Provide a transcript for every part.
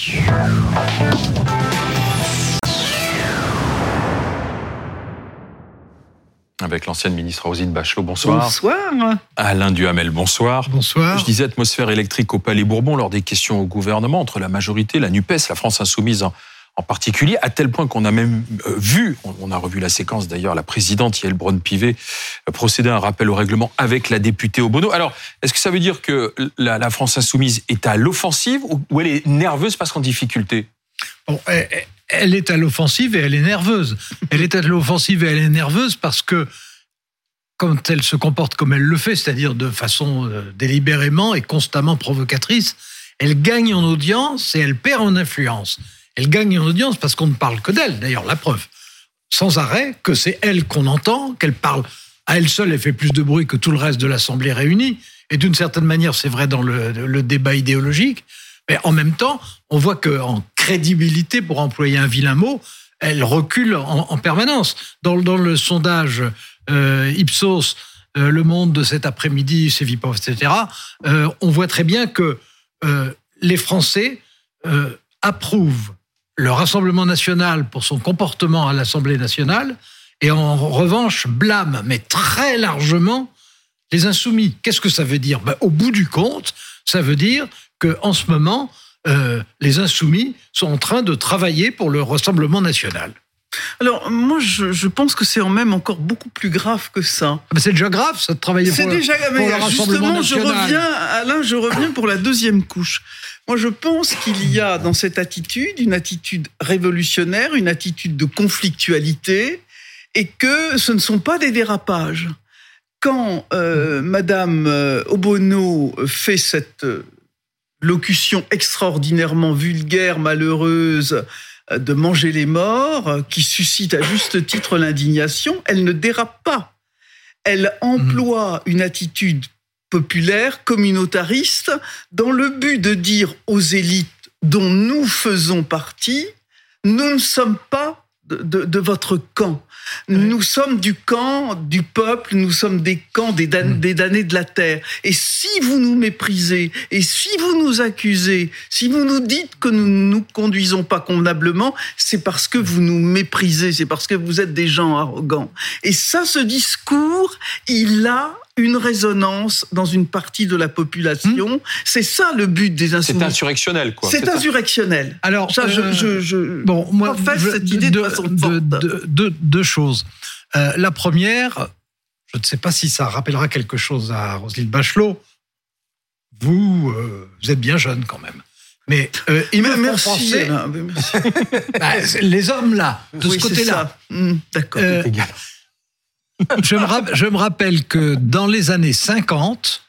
Avec l'ancienne ministre Roselyne Bachelot, bonsoir. Bonsoir. Alain Duhamel, bonsoir. Bonsoir. Je disais atmosphère électrique au Palais Bourbon lors des questions au gouvernement entre la majorité, la NUPES, la France Insoumise en particulier, à tel point qu'on a même vu, on a revu la séquence d'ailleurs, la présidente Yaël Braun-Pivet procéder à un rappel au règlement avec la députée Obono. Alors, est-ce que ça veut dire que la France Insoumise est à l'offensive ou elle est nerveuse parce qu'en difficulté ? Bon, elle est à l'offensive et elle est nerveuse. Elle est à l'offensive et elle est nerveuse parce que quand elle se comporte comme elle le fait, c'est-à-dire de façon délibérément et constamment provocatrice, elle gagne en audience et elle perd en influence. Elle gagne en audience parce qu'on ne parle que d'elle. D'ailleurs, la preuve, sans arrêt, que c'est elle qu'on entend, qu'elle parle à elle seule, elle fait plus de bruit que tout le reste de l'Assemblée réunie. Et d'une certaine manière, c'est vrai dans le débat idéologique. Mais en même temps, on voit qu'en crédibilité, pour employer un vilain mot, elle recule en permanence. Dans le sondage Ipsos, Le Monde de cet après-midi, Cevipof, etc., on voit très bien que les Français approuvent le Rassemblement national pour son comportement à l'Assemblée nationale et en revanche blâment, mais très largement, les Insoumis. Qu'est-ce que ça veut dire ? Au bout du compte, ça veut dire qu'en ce moment, les Insoumis sont en train de travailler pour le Rassemblement national. Alors, moi, je pense que c'est même encore beaucoup plus grave que ça. C'est déjà grave, ça, de travailler pour le Rassemblement national. Je reviens pour la deuxième couche. Moi, je pense qu'il y a dans cette attitude une attitude révolutionnaire, une attitude de conflictualité, et que ce ne sont pas des dérapages. Quand Madame Obono fait cette locution extraordinairement vulgaire, malheureuse, de manger les morts, qui suscite à juste titre l'indignation, elle ne dérape pas. Elle emploie une attitude populaire, communautariste, dans le but de dire aux élites dont nous faisons partie, nous ne sommes pas de votre camp. Nous sommes du camp du peuple, nous sommes des camps des damnés de la terre. Et si vous nous méprisez, et si vous nous accusez, si vous nous dites que nous ne nous conduisons pas convenablement, c'est parce que vous nous méprisez, c'est parce que vous êtes des gens arrogants. Et ça, ce discours, il a une résonance dans une partie de la population. C'est ça le but des Insoumis. C'est insurrectionnel, quoi. C'est insurrectionnel. Alors, moi, cette idée de façon forte. Deux choses. La première, je ne sais pas si ça rappellera quelque chose à Roselyne Bachelot. Vous êtes bien jeune quand même. Mais il me font penser... les hommes là, de ce côté-là. D'accord. Je me rappelle que dans les années 50,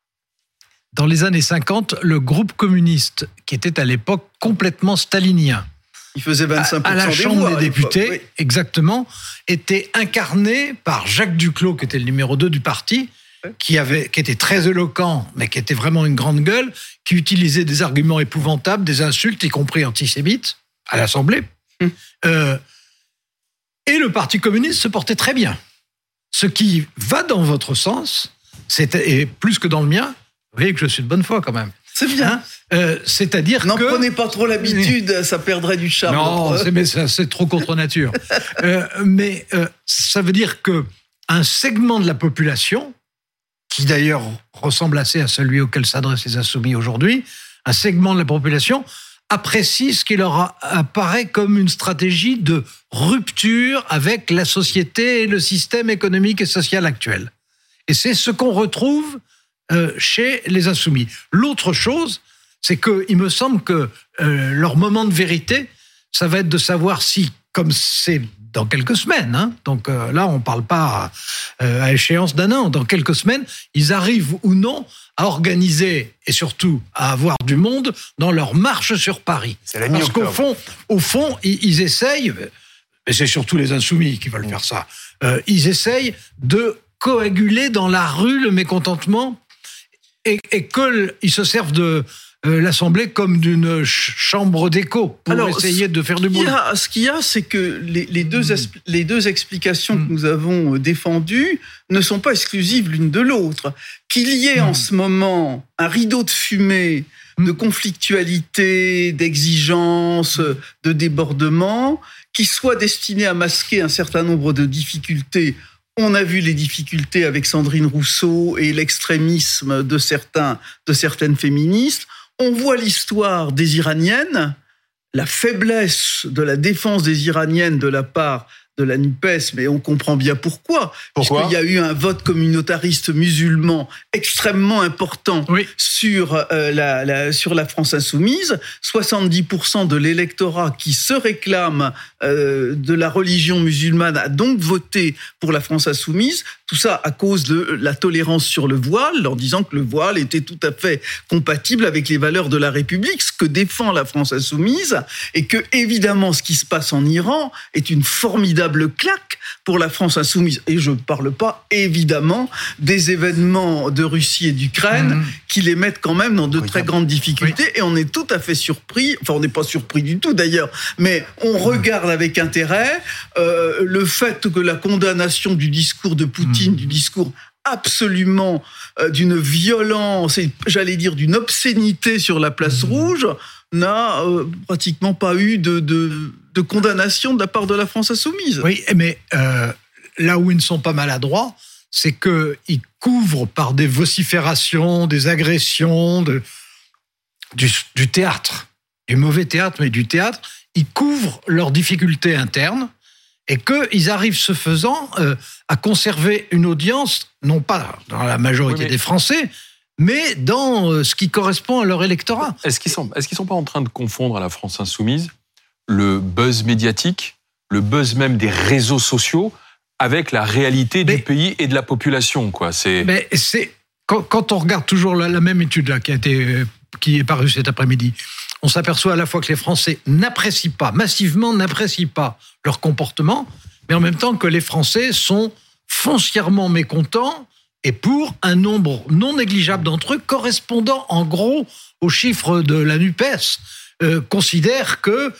le groupe communiste, qui était à l'époque complètement stalinien, il faisait 25% à la Chambre des députés, oui. Exactement, était incarné par Jacques Duclos, qui était le numéro 2 du parti, qui était très éloquent, mais qui était vraiment une grande gueule, qui utilisait des arguments épouvantables, des insultes, y compris antisémites, à l'Assemblée. Et le Parti communiste se portait très bien. Ce qui va dans votre sens, et plus que dans le mien, vous voyez que je suis de bonne foi quand même. C'est bien. C'est-à-dire N'en que... prenez pas trop l'habitude, ça perdrait du charme. Non, c'est trop contre nature. Mais ça veut dire qu'un segment de la population, qui d'ailleurs ressemble assez à celui auquel s'adressent les Insoumis aujourd'hui, un segment de la population apprécie ce qui leur apparaît comme une stratégie de rupture avec la société et le système économique et social actuel. Et c'est ce qu'on retrouve chez les Insoumis. L'autre chose, c'est qu'il me semble que leur moment de vérité, ça va être de savoir si, comme c'est dans quelques semaines, donc là on ne parle pas à échéance d'un an, dans quelques semaines, ils arrivent ou non à organiser et surtout à avoir du monde dans leur marche sur Paris. Parce qu'au fond, ils essayent, et c'est surtout les Insoumis qui veulent faire ça, ils essayent de coaguler dans la rue le mécontentement et qu'ils se servent de l'Assemblée comme d'une chambre d'écho pour essayer de faire du bruit. Ce qu'il y a, c'est que les deux explications que nous avons défendues ne sont pas exclusives l'une de l'autre. Qu'il y ait en ce moment un rideau de fumée de conflictualité, d'exigence, de débordement, qui soit destiné à masquer un certain nombre de difficultés. On a vu les difficultés avec Sandrine Rousseau et l'extrémisme de certaines féministes. On voit l'histoire des Iraniennes, la faiblesse de la défense des Iraniennes de la part de la NUPES, mais on comprend bien pourquoi. Puisqu'il y a eu un vote communautariste musulman extrêmement important sur la France insoumise. 70% de l'électorat qui se réclame de la religion musulmane a donc voté pour la France insoumise. Tout ça à cause de la tolérance sur le voile, en disant que le voile était tout à fait compatible avec les valeurs de la République, ce que défend la France insoumise, et que, évidemment, ce qui se passe en Iran est une formidable claque pour la France insoumise. Et je ne parle pas, évidemment, des événements de Russie et d'Ukraine qui les mettent quand même dans de très grandes difficultés. Et on est tout à fait surpris, enfin on n'est pas surpris du tout d'ailleurs, mais on regarde avec intérêt le fait que la condamnation du discours de Poutine, du discours absolument d'une violence, et j'allais dire d'une obscénité sur la place rouge, n'a pratiquement pas eu de condamnation de la part de la France insoumise. Oui, mais là où ils ne sont pas maladroits, c'est qu'ils couvrent par des vociférations, des agressions, du théâtre, du mauvais théâtre, mais du théâtre, ils couvrent leurs difficultés internes et qu'ils arrivent, ce faisant, à conserver une audience, non pas dans la majorité des Français, mais dans ce qui correspond à leur électorat. Est-ce qu'ils sont pas en train de confondre à la France insoumise le buzz médiatique, le buzz même des réseaux sociaux, avec la réalité du pays et de la population, quoi. Mais quand on regarde toujours la même étude là, qui est parue cet après-midi, on s'aperçoit à la fois que les Français massivement n'apprécient pas leur comportement, mais en même temps que les Français sont foncièrement mécontents et pour un nombre non négligeable d'entre eux, correspondant en gros aux chiffres de la NUPES, considèrent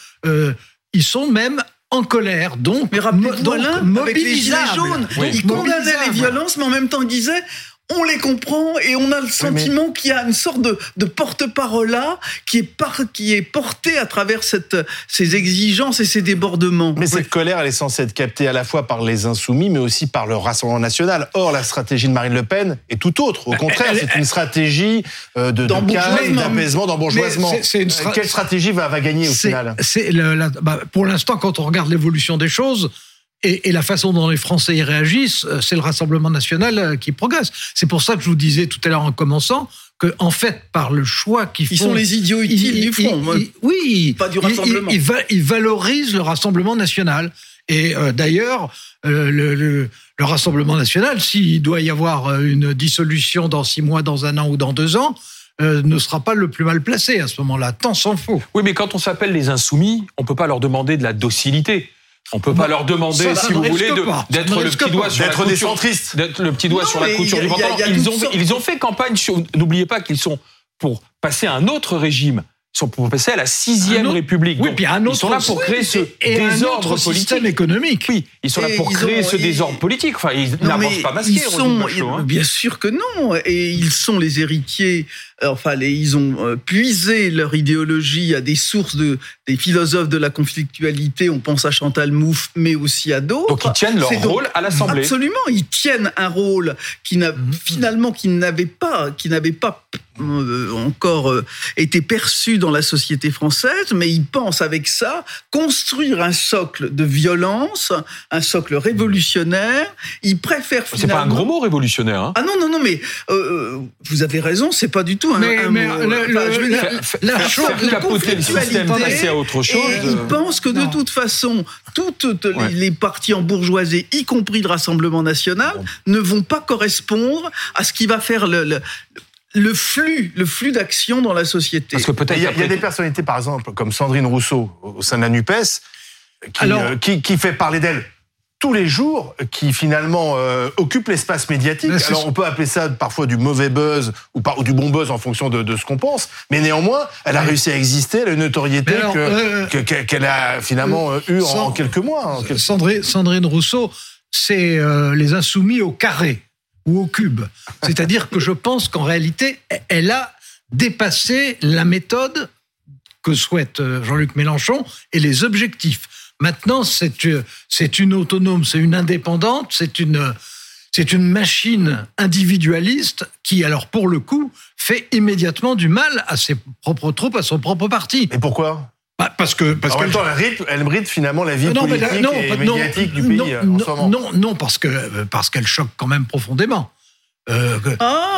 qu'ils sont même en colère, donc mobilisables. Avec les gilets jaunes, ils condamnaient les violences, mais en même temps ils disaient on les comprend et on a le sentiment qu'il y a une sorte de porte-parole là qui est portée à travers ces exigences et ces débordements. Mais cette colère, elle est censée être captée à la fois par les Insoumis, mais aussi par le Rassemblement national. Or, la stratégie de Marine Le Pen est tout autre. Au contraire, c'est une stratégie de calme, d'apaisement, d'embourgeoisement. Quelle stratégie va gagner au final ? Pour l'instant, quand on regarde l'évolution des choses, et la façon dont les Français y réagissent, c'est le Rassemblement national qui progresse. C'est pour ça que je vous disais tout à l'heure en commençant que, en fait, par le choix qu'ils font... Ils sont les idiots utiles du front. Pas du Rassemblement. Ils valorisent le Rassemblement national. Et d'ailleurs, le Rassemblement national, s'il doit y avoir une dissolution dans 6 mois, dans 1 an ou dans 2 ans, ne sera pas le plus mal placé à ce moment-là, tant s'en faut. Oui, mais quand on s'appelle les Insoumis, on ne peut pas leur demander de la docilité. On peut pas leur demander, si vous voulez, d'être le petit doigt sur la couture, des centristes, d'être le petit doigt sur la couture du pantalon. Ils ont fait campagne sur. N'oubliez pas qu'ils sont pour passer à un autre régime. Ils sont pour passer à la 6e République. Oui, puis ils sont là pour créer ce désordre politique. Système économique. Oui, ils sont là pour créer ce désordre politique. Enfin, ils n'avancent pas masqués. Bien sûr que non. Et ils sont les héritiers. Ils ont puisé leur idéologie à des sources des philosophes de la conflictualité. On pense à Chantal Mouffe, mais aussi à d'autres. Donc ils tiennent leur rôle à l'Assemblée. Absolument, ils tiennent un rôle qui n'avait pas encore été perçu dans la société française, mais ils pensent avec ça construire un socle de violence, un socle révolutionnaire. Ils préfèrent finalement... C'est pas un gros mot, révolutionnaire. Hein. Ah non, mais vous avez raison, c'est pas du tout un mot. Faire capoter le système, passer à autre chose. Et ils pensent que de toute façon, toutes les partis embourgeoisés, y compris le Rassemblement national, ne vont pas correspondre à ce qui va faire le flux d'action dans la société. Parce que peut-être il y a des personnalités, par exemple, comme Sandrine Rousseau, au sein de la NUPES, qui fait parler d'elle tous les jours, qui finalement occupe l'espace médiatique. Alors on peut appeler ça parfois du mauvais buzz ou du bon buzz en fonction de ce qu'on pense, mais néanmoins, elle a réussi à exister, elle a une notoriété qu'elle a finalement eue en quelques mois. Sandrine Rousseau, c'est les Insoumis au carré ou au cube. C'est-à-dire que je pense qu'en réalité, elle a dépasser la méthode que souhaite Jean-Luc Mélenchon et les objectifs. Maintenant, c'est une autonome, c'est une indépendante, c'est une machine individualiste qui, alors pour le coup, fait immédiatement du mal à ses propres troupes, à son propre parti. Et pourquoi ? Parce que en même temps, elle bride finalement la vie politique et médiatique du pays en ce moment. Non, parce qu'elle choque quand même profondément. Peut-être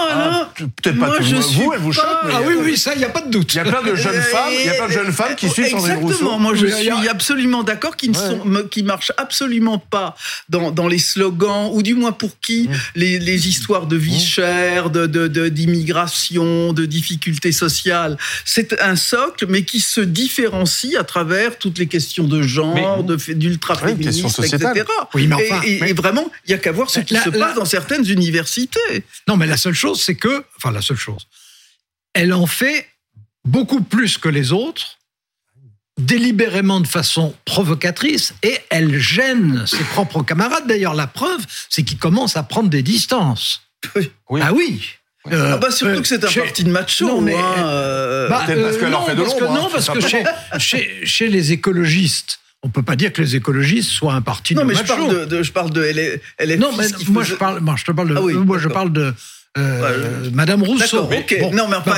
pas tout le monde. Vous, elle vous choque. Oui, ça, il n'y a pas de doute. Il y a plein de jeunes femmes qui suivent Sandrine Rousseau. Exactement, moi je suis absolument d'accord qui marchent absolument pas dans les slogans, ou du moins pour qui les histoires de vie chère, d'immigration, de difficultés sociales, c'est un socle, mais qui se différencie à travers toutes les questions de genre, d'ultra-féminisme, etc. Oui, mais enfin, et vraiment, il n'y a qu'à voir ce qui se passe dans certaines universités. Non, mais la seule chose, c'est que... Enfin, la seule chose. Elle en fait beaucoup plus que les autres, délibérément de façon provocatrice, et elle gêne ses propres camarades. D'ailleurs, la preuve, c'est qu'ils commencent à prendre des distances. Oui. Ah oui. Surtout que c'est un parti de macho. Non, mais, peut-être parce qu'elle leur fait de l'ombre. Non, parce que chez les écologistes, on ne peut pas dire que les écologistes soient un parti de macho. Non, mais je parle de LFI. Non, mais je parle de Madame Rousseau. D'accord, ok. Bon, non, mais enfin,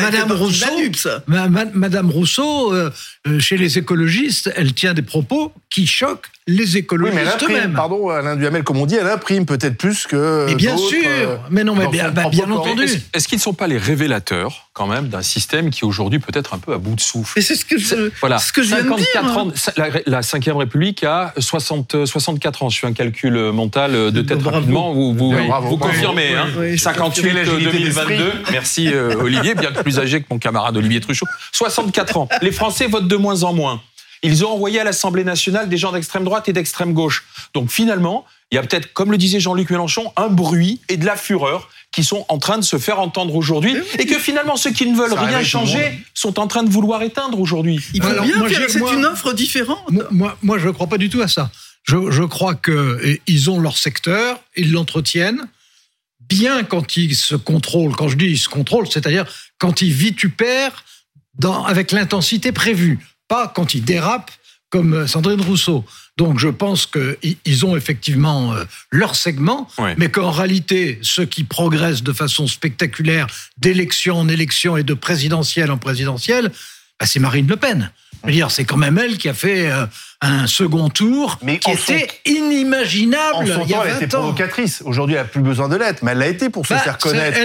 Madame Rousseau, chez les écologistes, elle tient des propos qui choquent les écologistes eux-mêmes. Pardon, Alain Duhamel, comme on dit, elle imprime peut-être plus que. Et bien sûr, mais non, mais bien entendu. Est-ce qu'ils ne sont pas les révélateurs, quand même, d'un système qui est aujourd'hui peut-être un peu à bout de souffle ? Et c'est ce que je viens de dire. 54 ans, la Ve République a 64 ans. Je fais un calcul mental de tête rapidement. Vous confirmez, hein, oui, 58 2022. Merci Olivier, bien que plus âgé que mon camarade Olivier Truchot. 64 ans. Les Français votent de moins en moins. Ils ont envoyé à l'Assemblée nationale des gens d'extrême droite et d'extrême gauche. Donc finalement, il y a peut-être, comme le disait Jean-Luc Mélenchon, un bruit et de la fureur qui sont en train de se faire entendre aujourd'hui, et que finalement ceux qui ne veulent rien changer sont en train de vouloir éteindre aujourd'hui. Il faut c'est une offre différente. Moi, je ne crois pas du tout à ça. Je crois qu'ils ont leur secteur, ils l'entretiennent, bien quand ils se contrôlent. Quand je dis ils se contrôlent, c'est-à-dire quand ils vitupèrent avec l'intensité prévue, pas quand ils dérapent comme Sandrine Rousseau. Donc je pense qu'ils ont effectivement leur segment, mais qu'en réalité, ceux qui progressent de façon spectaculaire d'élection en élection et de présidentielle en présidentielle, c'est Marine Le Pen. Je veux dire, c'est quand même elle qui a fait un second tour qui était inimaginable il y a 20 ans. En son temps, elle était provocatrice. Aujourd'hui, elle n'a plus besoin de l'être, mais elle l'a été pour se faire connaître.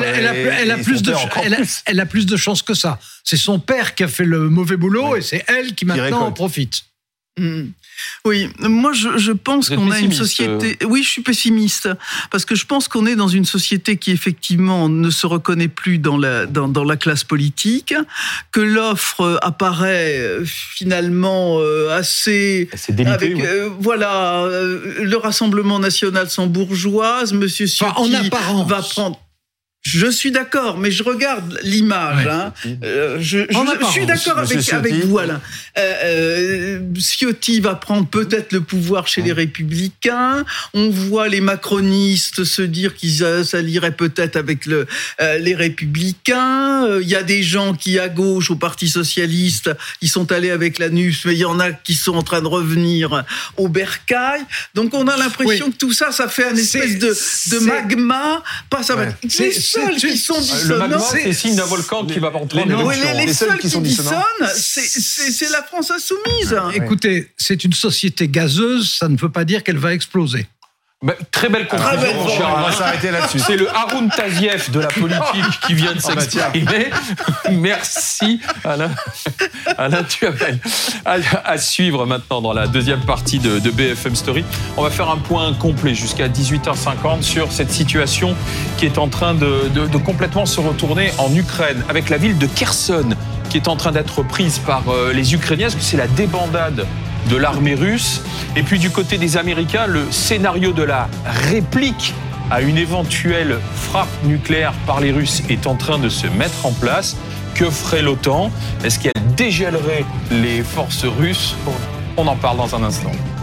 Elle a plus de chance que ça. C'est son père qui a fait le mauvais boulot et c'est elle qui maintenant en profite. Oui, moi je pense qu'on a une société... Oui, je suis pessimiste, parce que je pense qu'on est dans une société qui effectivement ne se reconnaît plus dans la classe politique, que l'offre apparaît finalement assez délité, le Rassemblement national sans bourgeoise, Monsieur Ciotti va prendre... Je suis d'accord, mais je regarde l'image. Je suis d'accord avec vous, Alain. Ciotti va prendre peut-être le pouvoir chez les Républicains. On voit les macronistes se dire qu'ils s'allieraient peut-être avec les Républicains. Il y a des gens qui, à gauche, au Parti socialiste, ils sont allés avec la NUPES, mais il y en a qui sont en train de revenir au bercail. Donc on a l'impression que tout ça, ça fait une espèce de magma. Qui sont dissonants. Le magma, c'est signe d'un volcan qui va rentrer en éruption. Les seuls qui dissonnent, c'est la France insoumise. Écoutez, c'est une société gazeuse, ça ne veut pas dire qu'elle va exploser. Très belle conclusion, mon cher Alain. On va s'arrêter là-dessus. C'est le Haroun Tazieff de la politique qui vient de s'exprimer. Merci, Alain Duhamel. À suivre maintenant dans la deuxième partie de BFM Story. On va faire un point complet jusqu'à 18h50 sur cette situation qui est en train de complètement se retourner en Ukraine, avec la ville de Kherson qui est en train d'être prise par les Ukrainiens. Est-ce que c'est la débandade de l'armée russe? Et puis du côté des Américains, le scénario de la réplique à une éventuelle frappe nucléaire par les Russes est en train de se mettre en place. Que ferait l'OTAN? Est-ce qu'elle dégèlerait les forces russes? On en parle dans un instant.